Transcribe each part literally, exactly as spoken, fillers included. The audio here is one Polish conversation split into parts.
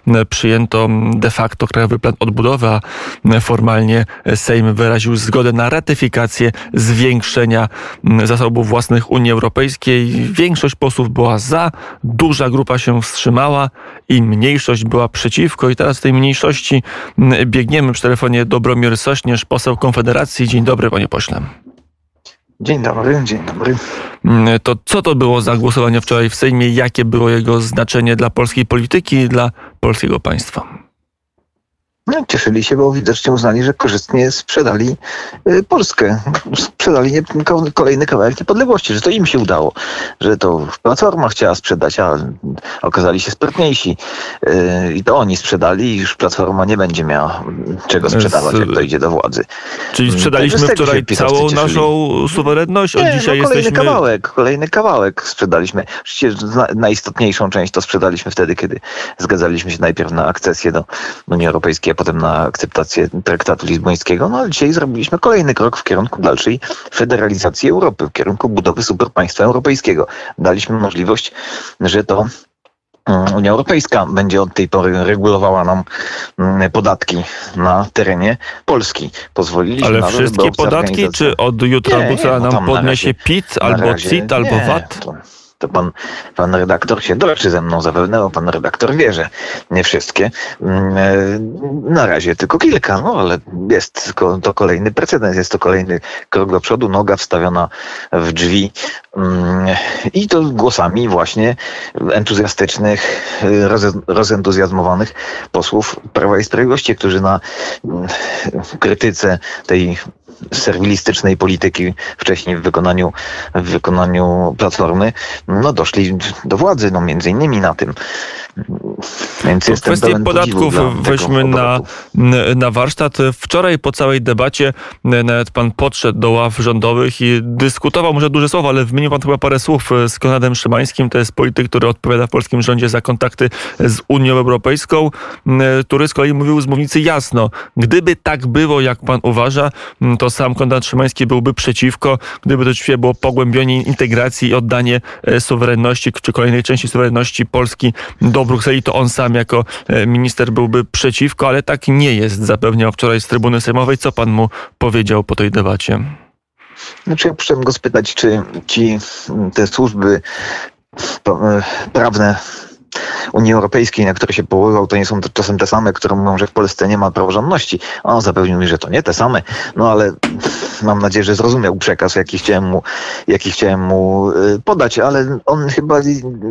przyjęto de facto Krajowy Plan Odbudowy, a formalnie Sejm wyraził zgodę na ratyfikację zwiększenia zasobów własnych Unii Europejskiej. Większość posłów była za, duża grupa się wstrzymała i mniejszość była przeciwko. I teraz w tej mniejszości biegniemy przy telefonie Dobromir Sośnierz, poseł Konfederacji. Dzień dobry, panie pośle. Dzień dobry, dzień dobry. To co to było za głosowanie wczoraj w Sejmie? Jakie było jego znaczenie dla polskiej polityki i dla polskiego państwa? No, cieszyli się, bo widocznie uznali, że korzystnie sprzedali y, Polskę. Sprzedali kolejny kawałek niepodległości, że to im się udało. Że to Platforma chciała sprzedać, a okazali się sprytniejsi. Y, I to oni sprzedali i już Platforma nie będzie miała czego sprzedawać, jak dojdzie do władzy. Czyli sprzedaliśmy tak, wczoraj całą naszą suwerenność? Od nie, dzisiaj no, kolejny jesteśmy... kawałek, kolejny kawałek sprzedaliśmy. Oczywiście najistotniejszą część to sprzedaliśmy wtedy, kiedy zgadzaliśmy się najpierw na akcesję do Unii Europejskiej, potem na akceptację traktatu lizbońskiego. No ale dzisiaj zrobiliśmy kolejny krok w kierunku dalszej federalizacji Europy, w kierunku budowy superpaństwa europejskiego. Daliśmy możliwość, że to Unia Europejska będzie od tej pory regulowała nam podatki na terenie Polski. Pozwoliliśmy Ale nawet, wszystkie podatki, czy od jutra Bucela nam no podniesie P I T, albo C I T, albo nie, V A T? To... To pan, pan redaktor się doleczy ze mną zapewne, bo pan redaktor wie, że nie wszystkie. Na razie tylko kilka, no ale jest to kolejny precedens, jest to kolejny krok do przodu, noga wstawiona w drzwi i to głosami właśnie entuzjastycznych, rozentuzjazmowanych posłów Prawa i Sprawiedliwości, którzy na krytyce tej serwilistycznej polityki wcześniej w wykonaniu, w wykonaniu Platformy, no doszli do władzy, no między innymi na tym. Więc to kwestię podatków weźmy na, na warsztat. Wczoraj po całej debacie nawet pan podszedł do ław rządowych i dyskutował, może duże słowa, ale wymienił pan chyba parę słów z Konradem Szymańskim. To jest polityk, który odpowiada w polskim rządzie za kontakty z Unią Europejską, który z kolei mówił z mównicy jasno, gdyby tak było, jak pan uważa, to sam Konrad Szymański byłby przeciwko, gdyby to rzeczywiście było pogłębienie integracji i oddanie suwerenności, czy kolejnej części suwerenności Polski do Brukseli, to on sam jako minister byłby przeciwko, ale tak nie jest, zapewniał wczoraj z trybuny sejmowej. Co pan mu powiedział po tej debacie? Znaczy ja chciałem go spytać, czy ci te służby prawne Unii Europejskiej, na które się powoływał, to nie są to czasem te same, które mówią, że w Polsce nie ma praworządności. On zapewnił mi, że to nie te same, no ale mam nadzieję, że zrozumiał przekaz, jaki chciałem mu, jaki chciałem mu podać, ale on chyba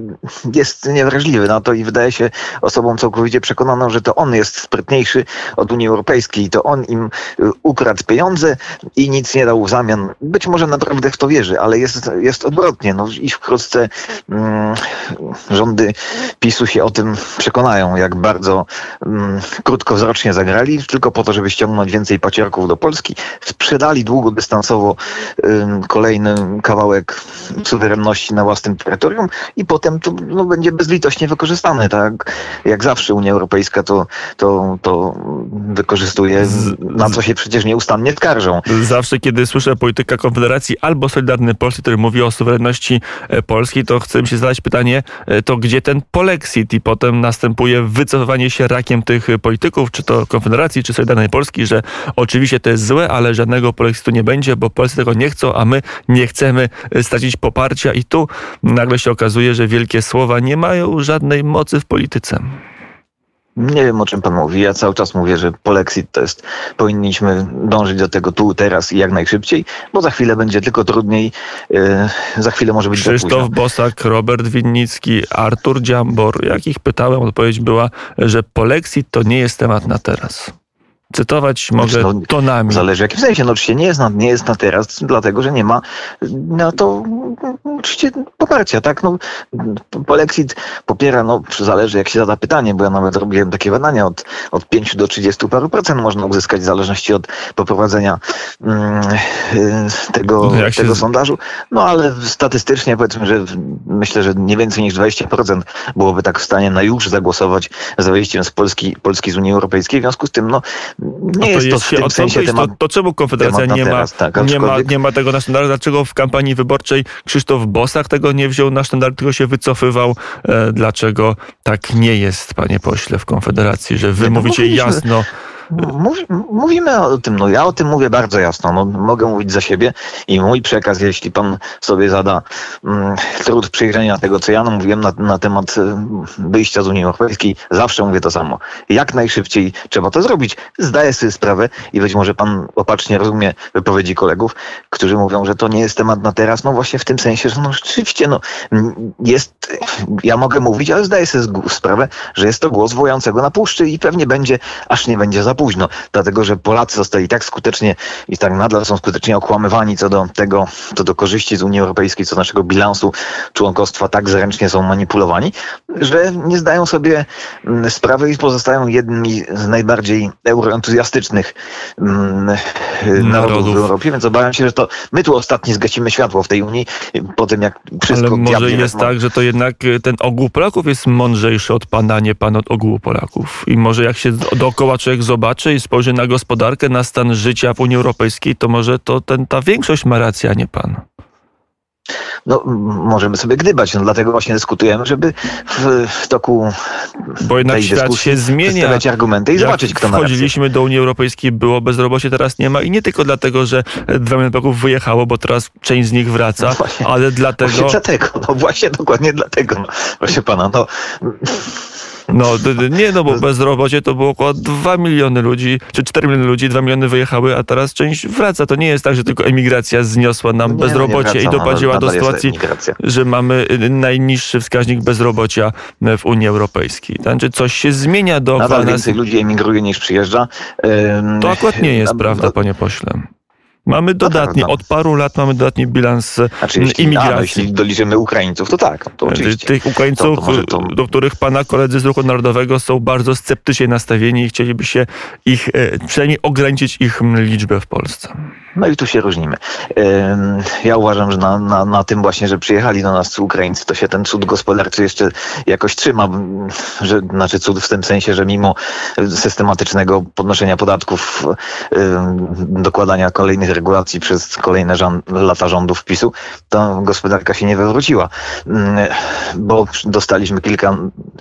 jest niewrażliwy na to i wydaje się osobą całkowicie przekonaną, że to on jest sprytniejszy od Unii Europejskiej i to on im ukradł pieniądze i nic nie dał w zamian. Być może naprawdę w to wierzy, ale jest, jest odwrotnie. No i wkrótce mm, rządy PiSu się o tym przekonają, jak bardzo mm, krótkowzrocznie zagrali, tylko po to, żeby ściągnąć więcej pacierków do Polski. Sprzedali długodystansowo ym, kolejny kawałek suwerenności na własnym terytorium i potem to no, będzie bezlitośnie wykorzystane. Tak jak zawsze Unia Europejska to, to, to wykorzystuje, na co się przecież nieustannie skarżą. Zawsze, kiedy słyszę polityka Konfederacji albo Solidarny Polski, który mówi o suwerenności Polski, to chcę mi się zadać pytanie, to gdzie ten polexit i potem następuje wycofywanie się rakiem tych polityków, czy to Konfederacji, czy Solidarnej Polski, że oczywiście to jest złe, ale żadnego polexitu nie będzie, bo Polacy tego nie chcą, a my nie chcemy stracić poparcia i tu nagle się okazuje, że wielkie słowa nie mają żadnej mocy w polityce. Nie wiem, o czym pan mówi. Ja cały czas mówię, że polexit to jest, powinniśmy dążyć do tego tu, teraz i jak najszybciej, bo za chwilę będzie tylko trudniej, yy, za chwilę może być Krzysztof Bosak, Robert Winnicki, Artur Dziambor. Jak ich pytałem, odpowiedź była, że polexit to nie jest temat na teraz. Cytować mogę no, tonami. Zależy w jakim sensie. No oczywiście nie jest na, nie jest na teraz, dlatego że nie ma na to oczywiście poparcia. Tak? No, polexit popiera, no zależy jak się zada pytanie, bo ja nawet robiłem takie badania, od, od pięciu do trzydziestu paru procent można uzyskać w zależności od poprowadzenia mm, tego, no tego z... sondażu. No ale statystycznie powiedzmy, że myślę, że nie więcej niż dwadzieścia procent byłoby tak w stanie na już zagłosować za wyjściem z Polski, Polski z Unii Europejskiej. W związku z tym no Nie jest to w tym sensie temat. To, to czemu Konfederacja nie ma, teraz, tak, nie, ma, nie ma tego na sztandarze? Dlaczego w kampanii wyborczej Krzysztof Bosak tego nie wziął na sztandar, tylko się wycofywał? E, dlaczego tak nie jest, panie pośle, w Konfederacji, że wy nie, mówicie no, jasno... Mówi, mówimy o tym, no ja o tym mówię bardzo jasno, no, mogę mówić za siebie i mój przekaz, jeśli pan sobie zada mm, trud przyjrzenia tego, co ja no, mówiłem na, na temat wyjścia z Unii Europejskiej, zawsze mówię to samo. Jak najszybciej trzeba to zrobić. Zdaję sobie sprawę i być może pan opacznie rozumie wypowiedzi kolegów, którzy mówią, że to nie jest temat na teraz, no właśnie w tym sensie, że no rzeczywiście no jest, ja mogę mówić, ale zdaję sobie sprawę, że jest to głos wojącego na puszczy i pewnie będzie, aż nie będzie za późno, dlatego że Polacy zostali tak skutecznie i tak nadal są skutecznie okłamywani co do tego, co do korzyści z Unii Europejskiej, co do naszego bilansu członkostwa, tak zręcznie są manipulowani, że nie zdają sobie sprawy i pozostają jednymi z najbardziej euroentuzjastycznych narodów w Europie, więc obawiam się, że to my tu ostatni zgasimy światło w tej Unii po tym, jak wszystko... Ale może jest wezmą. tak, że to jednak ten ogół Polaków jest mądrzejszy od pana, a nie pan od ogółu Polaków. I może jak się dookoła człowiek zobaczy i spojrzy na gospodarkę, na stan życia w Unii Europejskiej, to może to ten, ta większość ma rację, a nie pan. No, możemy sobie gdybać, no dlatego właśnie dyskutujemy, żeby w, w toku Bo jednak tej świat dyskusji się zmienia. Przedstawiać argumenty i zobaczyć, kto ma rację. Wchodziliśmy do Unii Europejskiej, było bezrobocie, teraz nie ma i nie tylko dlatego, że dwa miliony Polaków wyjechało, bo teraz część z nich wraca, no właśnie, ale dlatego... Właśnie dlatego, no właśnie dokładnie dlatego, no, proszę pana, no... No nie, no bo bezrobocie to było około dwa miliony ludzi, czy cztery miliony ludzi, dwa miliony wyjechały, a teraz część wraca. To nie jest tak, że tylko emigracja zniosła nam nie, bezrobocie nie wraca, i doprowadziła no, do sytuacji, że mamy najniższy wskaźnik bezrobocia w Unii Europejskiej. Znaczy coś się zmienia dookoła nas. Nadal więcej ludzi emigruje niż przyjeżdża. Ym, to akurat nie jest no, prawda, no, panie pośle. Mamy dodatni, no tak, no. od paru lat mamy dodatni bilans znaczy, jeśli, imigracji. A, no, jeśli doliczymy Ukraińców, to tak, to oczywiście. Tych Ukraińców, to, to to... do których pana koledzy z Ruchu Narodowego są bardzo sceptycznie nastawieni i chcieliby się ich, przynajmniej ograniczyć ich liczbę w Polsce. No i tu się różnimy. Ja uważam, że na, na, na tym właśnie, że przyjechali do nas Ukraińcy, to się ten cud gospodarczy jeszcze jakoś trzyma. Że, znaczy cud w tym sensie, że mimo systematycznego podnoszenia podatków, dokładania kolejnych regulacji przez kolejne rząd, lata rządów PiSu, to gospodarka się nie wywróciła. Bo dostaliśmy kilka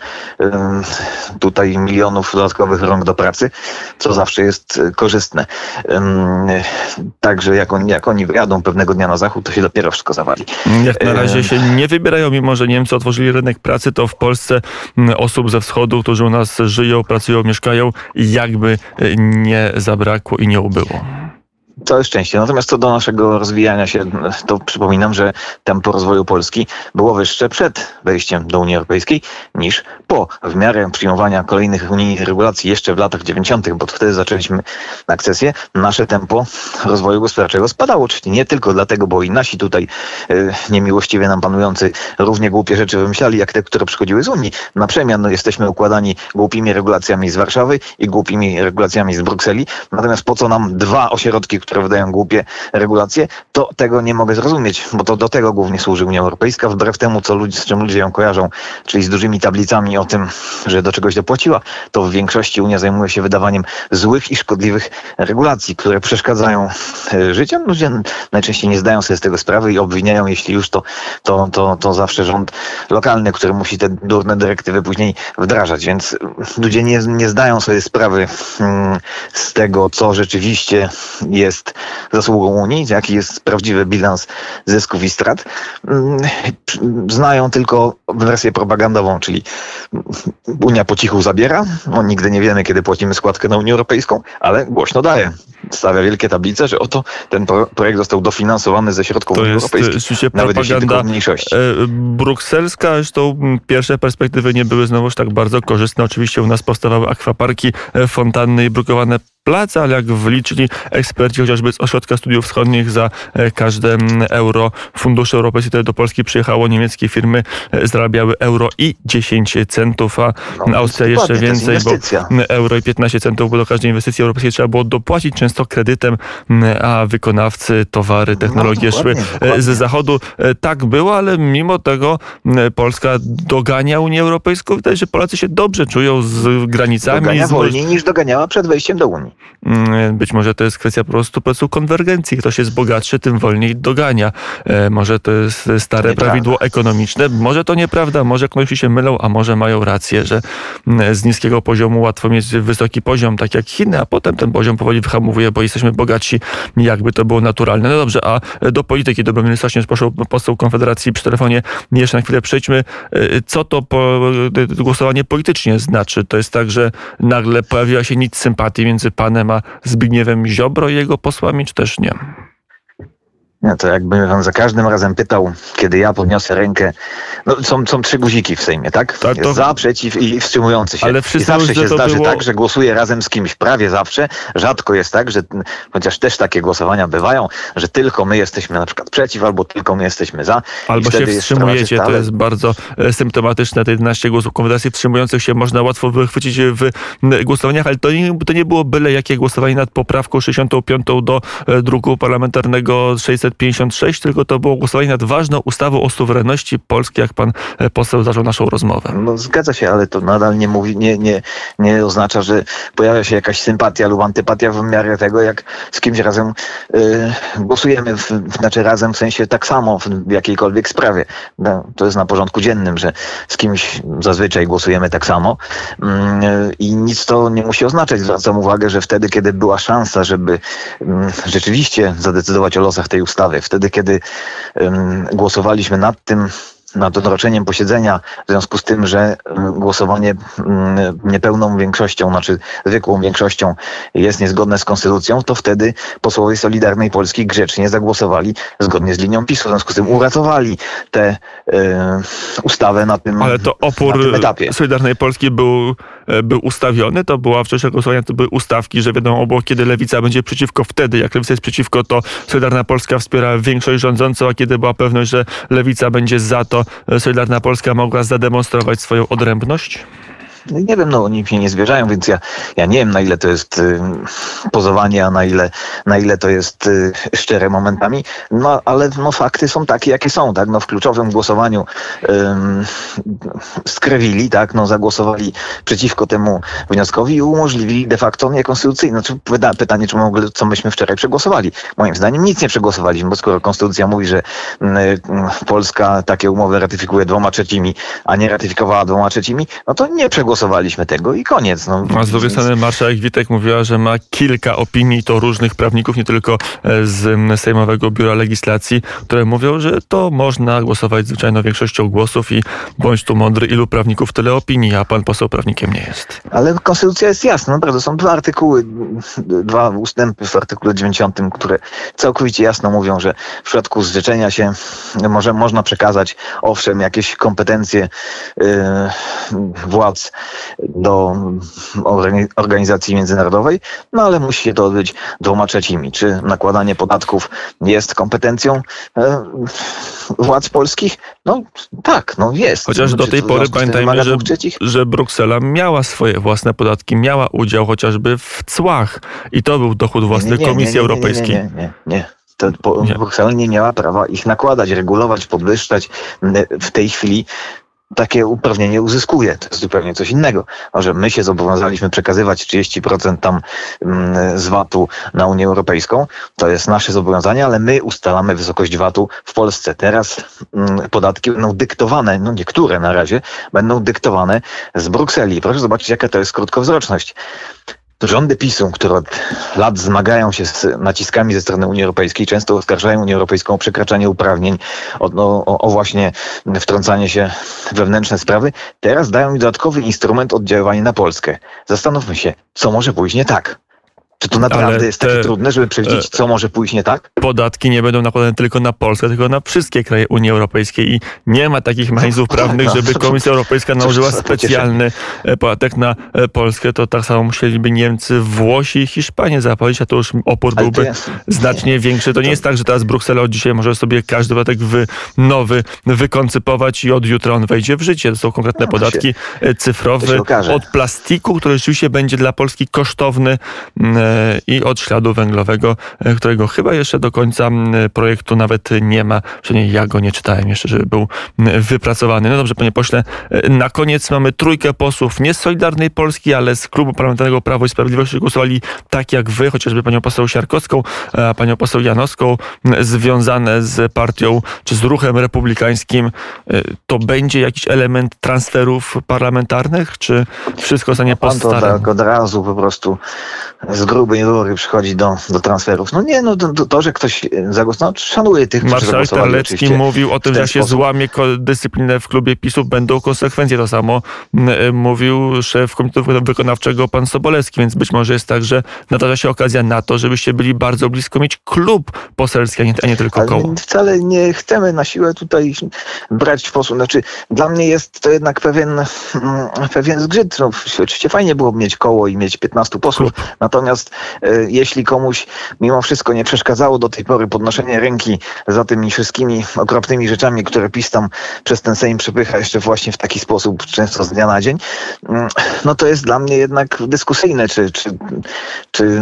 tutaj milionów dodatkowych rąk do pracy, co zawsze jest korzystne. Także jak oni, jak oni wyjadą pewnego dnia na zachód, to się dopiero wszystko zawali. Jak na razie się nie wybierają, mimo że Niemcy otworzyli rynek pracy, to w Polsce osób ze wschodu, którzy u nas żyją, pracują, mieszkają, jakby nie zabrakło i nie ubyło. Całe szczęście. Natomiast co do naszego rozwijania się, to przypominam, że tempo rozwoju Polski było wyższe przed wejściem do Unii Europejskiej niż po. W miarę przyjmowania kolejnych unijnych regulacji jeszcze w latach dziewięćdziesiątych, bo wtedy zaczęliśmy akcesję, nasze tempo rozwoju gospodarczego spadało. Czyli nie tylko dlatego, bo i nasi tutaj y, niemiłościwie nam panujący równie głupie rzeczy wymyślali, jak te, które przychodziły z Unii. Na przemian no, jesteśmy układani głupimi regulacjami z Warszawy i głupimi regulacjami z Brukseli. Natomiast po co nam dwa ośrodki, które wydają głupie regulacje, to tego nie mogę zrozumieć, bo to do tego głównie służy Unia Europejska, wbrew temu, co ludzie, z czym ludzie ją kojarzą, czyli z dużymi tablicami o tym, że do czegoś dopłaciła, to w większości Unia zajmuje się wydawaniem złych i szkodliwych regulacji, które przeszkadzają życiom. Ludzie najczęściej nie zdają sobie z tego sprawy i obwiniają, jeśli już to, to, to, to zawsze rząd lokalny, który musi te durne dyrektywy później wdrażać, więc ludzie nie, nie zdają sobie sprawy hmm, z tego, co rzeczywiście jest zasługą Unii, jaki jest prawdziwy bilans zysków i strat. Znają tylko wersję propagandową, czyli Unia po cichu zabiera. No, nigdy nie wiemy, kiedy płacimy składkę na Unię Europejską, ale głośno daje. Stawia wielkie tablice, że oto ten projekt został dofinansowany ze środków Unii Europejskiej. Nawet jeśli tylko w mniejszości. Brukselska, zresztą pierwsze perspektywy nie były znowuż tak bardzo korzystne. Oczywiście u nas powstawały akwaparki, fontanny i brukowane place, ale jak wliczyli eksperci chociażby z Ośrodka Studiów Wschodnich, za każde euro funduszy europejskie, które do Polski przyjechało, niemieckie firmy zarabiały euro i dziesięć centów, a no, Austria jeszcze więcej, bo euro i piętnaście centów, bo do każdej inwestycji europejskiej trzeba było dopłacić. Często często kredytem, a wykonawcy, towary, technologie no, szły dokładnie. z zachodu. Tak było, ale mimo tego Polska dogania Unię Europejską. Widać, że Polacy się dobrze czują z granicami. Dogania z... wolniej niż doganiała przed wejściem do Unii. Być może to jest kwestia po prostu, po prostu konwergencji. Kto jest bogatszy, tym wolniej dogania. Może to jest stare Nieprawda. prawidło ekonomiczne. Może to nieprawda. Może ekonomiści się mylą, a może mają rację, że z niskiego poziomu łatwo mieć wysoki poziom, tak jak Chiny, a potem ten poziom powoli wyhamowuje, bo jesteśmy bogatsi, jakby to było naturalne. No dobrze, a do polityki Dobromir Sośnierz, poseł Konfederacji przy telefonie. Jeszcze na chwilę przejdźmy. Co to po, głosowanie politycznie znaczy? To jest tak, że nagle pojawiła się nic sympatii między panem a Zbigniewem Ziobro i jego posłami, czy też nie? Nie, to jakbym wam za każdym razem pytał, kiedy ja podniosę rękę, no są, są trzy guziki w Sejmie, tak? Tak, to... Jest za, przeciw i wstrzymujący się. Ale I zawsze się to zdarzy było... tak, że głosuję razem z kimś, prawie zawsze. Rzadko jest tak, że chociaż też takie głosowania bywają, że tylko my jesteśmy na przykład przeciw, albo tylko my jesteśmy za. Albo się wstrzymujecie, to jest bardzo symptomatyczne. Te jedenaście głosów Konfederacji wstrzymujących się można łatwo wychwycić w głosowaniach, ale to nie, to nie było byle jakie głosowanie nad poprawką sześćdziesiątą piątą do druku parlamentarnego sześćset pięćdziesiąt sześć, tylko to było głosowanie nad ważną ustawą o suwerenności Polski, jak pan poseł zaczął naszą rozmowę. No, zgadza się, ale to nadal nie mówi, nie, nie, nie oznacza, że pojawia się jakaś sympatia lub antypatia w miarę tego, jak z kimś razem y, głosujemy, w, znaczy razem w sensie tak samo w jakiejkolwiek sprawie. No, to jest na porządku dziennym, że z kimś zazwyczaj głosujemy tak samo y, i nic to nie musi oznaczać. Zwracam uwagę, że wtedy, kiedy była szansa, żeby y, rzeczywiście zadecydować o losach tej ustawy, wtedy, kiedy um, głosowaliśmy nad tym, nad odroczeniem posiedzenia, w związku z tym, że głosowanie niepełną większością, znaczy zwykłą większością jest niezgodne z konstytucją, to wtedy posłowie Solidarnej Polski grzecznie zagłosowali zgodnie z linią PiSu. W związku z tym uratowali tę e, ustawę na tym, ale to opór na tym etapie. Solidarnej Polski był, był ustawiony, to była wcześniej głosowania, to były ustawki, że wiadomo było, kiedy Lewica będzie przeciwko, wtedy jak Lewica jest przeciwko, to Solidarna Polska wspiera większość rządzącą, a kiedy była pewność, że Lewica będzie za, to Solidarna Polska mogła zademonstrować swoją odrębność? No nie wiem, no oni się nie zwierzają, więc ja, ja nie wiem, na ile to jest y, pozowanie, a na ile, na ile to jest y, szczere momentami, no ale no, fakty są takie, jakie są, tak, no w kluczowym głosowaniu y, skrewili, tak, no zagłosowali przeciwko temu wnioskowi i umożliwili de facto niekonstytucyjne. Znaczy, pytanie, czy mogli, co myśmy wczoraj przegłosowali. Moim zdaniem nic nie przegłosowaliśmy, bo skoro konstytucja mówi, że y, y, Polska takie umowy ratyfikuje dwoma trzecimi, a nie ratyfikowała dwoma trzecimi, no to nie przegłosowaliśmy. Głosowaliśmy tego i koniec. No, a z drugiej strony marszałek Witek mówiła, że ma kilka opinii, to różnych prawników, nie tylko z Sejmowego Biura Legislacji, które mówią, że to można głosować zwyczajną większością głosów i bądź tu mądry, ilu prawników, tyle opinii, a pan poseł prawnikiem nie jest. Ale konstytucja jest jasna, naprawdę są dwa artykuły, dwa ustępy w artykule dziewięćdziesiątym, które całkowicie jasno mówią, że w przypadku zrzeczenia się może, można przekazać, owszem, jakieś kompetencje yy, władz do organizacji międzynarodowej, no ale musi się to odbyć dwoma trzecimi. Czy nakładanie podatków jest kompetencją e, władz polskich? No tak, no jest. Chociaż no, do tej pory pamiętajmy, że, że Bruksela miała swoje własne podatki, miała udział chociażby w cłach i to był dochód własny nie, nie, nie, Komisji nie, nie, Europejskiej. Nie, nie, nie, nie. nie. To po, nie. Bruksela nie miała prawa ich nakładać, regulować, podwyższać. W tej chwili takie uprawnienie uzyskuje. To jest zupełnie coś innego. Może my się zobowiązaliśmy przekazywać trzydzieści procent tam z vatu na Unię Europejską. To jest nasze zobowiązanie, ale my ustalamy wysokość vatu w Polsce. Teraz podatki będą dyktowane, no niektóre na razie, będą dyktowane z Brukseli. Proszę zobaczyć, jaka to jest krótkowzroczność. Rządy PiSu, które od lat zmagają się z naciskami ze strony Unii Europejskiej, często oskarżają Unię Europejską o przekraczanie uprawnień, o, no, o, o właśnie wtrącanie się w wewnętrzne sprawy, teraz dają mi dodatkowy instrument oddziaływania na Polskę. Zastanówmy się, co może pójść nie tak. Czy to naprawdę te, jest takie trudne, żeby przewidzieć, co może pójść nie tak? Podatki nie będą nakładane tylko na Polskę, tylko na wszystkie kraje Unii Europejskiej i nie ma takich mechanizmów prawnych, żeby Komisja Europejska nałożyła specjalny podatek na Polskę. To tak samo musieliby Niemcy, Włosi i Hiszpanie zapłacić, a to już opór byłby jest, znacznie nie. większy. To nie jest tak, że teraz Bruksela od dzisiaj może sobie każdy podatek wy, nowy wykoncypować i od jutra on wejdzie w życie. To są konkretne no, podatki się, cyfrowe od plastiku, który rzeczywiście będzie dla Polski kosztowny. i od śladu węglowego, którego chyba jeszcze do końca projektu nawet nie ma. Przynajmniej ja go nie czytałem jeszcze, żeby był wypracowany. No dobrze, panie pośle, na koniec mamy trójkę posłów nie z Solidarnej Polski, ale z Klubu Parlamentarnego Prawo i Sprawiedliwość, głosowali tak jak wy, chociażby panią poseł Siarkowską, a panią poseł Janowską, związane z partią czy z ruchem republikańskim. To będzie jakiś element transferów parlamentarnych, czy wszystko zostanie po staremu? Pan to tak od razu po prostu z grubej rury przychodzi do, do transferów. No nie, no to, to że ktoś zagłosował, no, szanuję tych, którzy Marszałek Terlecki mówił o tym, że jak się sposób złamie dyscyplinę w klubie PiS-u, będą konsekwencje. To samo mówił szef Komitetu Wykonawczego pan Sobolewski, więc być może jest tak, że nadarza się okazja na to, żebyście byli bardzo blisko mieć klub poselski, a nie, a nie tylko Ale koło. Wcale nie chcemy na siłę tutaj brać posłów. Znaczy, dla mnie jest to jednak pewien, pewien zgrzyt. No, oczywiście fajnie byłoby mieć koło i mieć piętnastu posłów, klub. Natomiast y, jeśli komuś mimo wszystko nie przeszkadzało do tej pory podnoszenie ręki za tymi wszystkimi okropnymi rzeczami, które PiS tam przez ten Sejm przepycha jeszcze właśnie w taki sposób, często z dnia na dzień, no to jest dla mnie jednak dyskusyjne, czy, czy, czy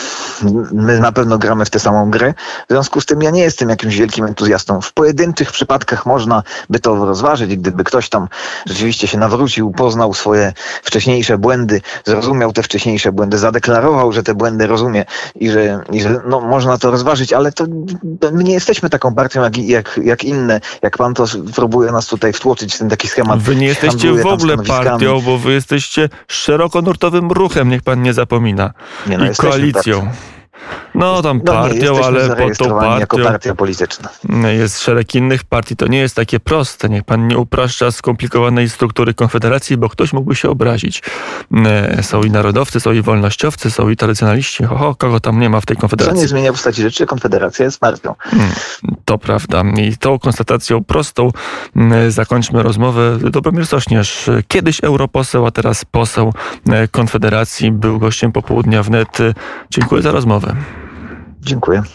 my na pewno gramy w tę samą grę. W związku z tym ja nie jestem jakimś wielkim entuzjastą. W pojedynczych przypadkach można by to rozważyć, gdyby ktoś tam rzeczywiście się nawrócił, poznał swoje wcześniejsze błędy, zrozumiał te wcześniejsze błędy, zadeklarował, że te błędy rozumie i że, i że no, można to rozważyć, ale to my nie jesteśmy taką partią jak, jak, jak inne. Jak pan to próbuje nas tutaj wtłoczyć w ten taki schemat. Wy nie jesteście w ogóle partią, bo wy jesteście szerokonurtowym ruchem, niech pan nie zapomina. Nie, no, i koalicją. Partią. No tam no partią, nie, ale po tą partią jako partia polityczna. Jest szereg innych partii. To nie jest takie proste. Niech pan nie upraszcza skomplikowanej struktury Konfederacji, bo ktoś mógłby się obrazić. Są i narodowcy, są i wolnościowcy, są i tradycjonaliści. Oho, kogo tam nie ma w tej Konfederacji? Co nie zmienia postaci rzeczy, Konfederacja jest partią. To prawda. I tą konstatacją prostą zakończmy rozmowę. Dobromir Sośnierz, kiedyś europoseł, a teraz poseł Konfederacji, był gościem popołudnia wnet. Dziękuję za rozmowę. Dziękuję.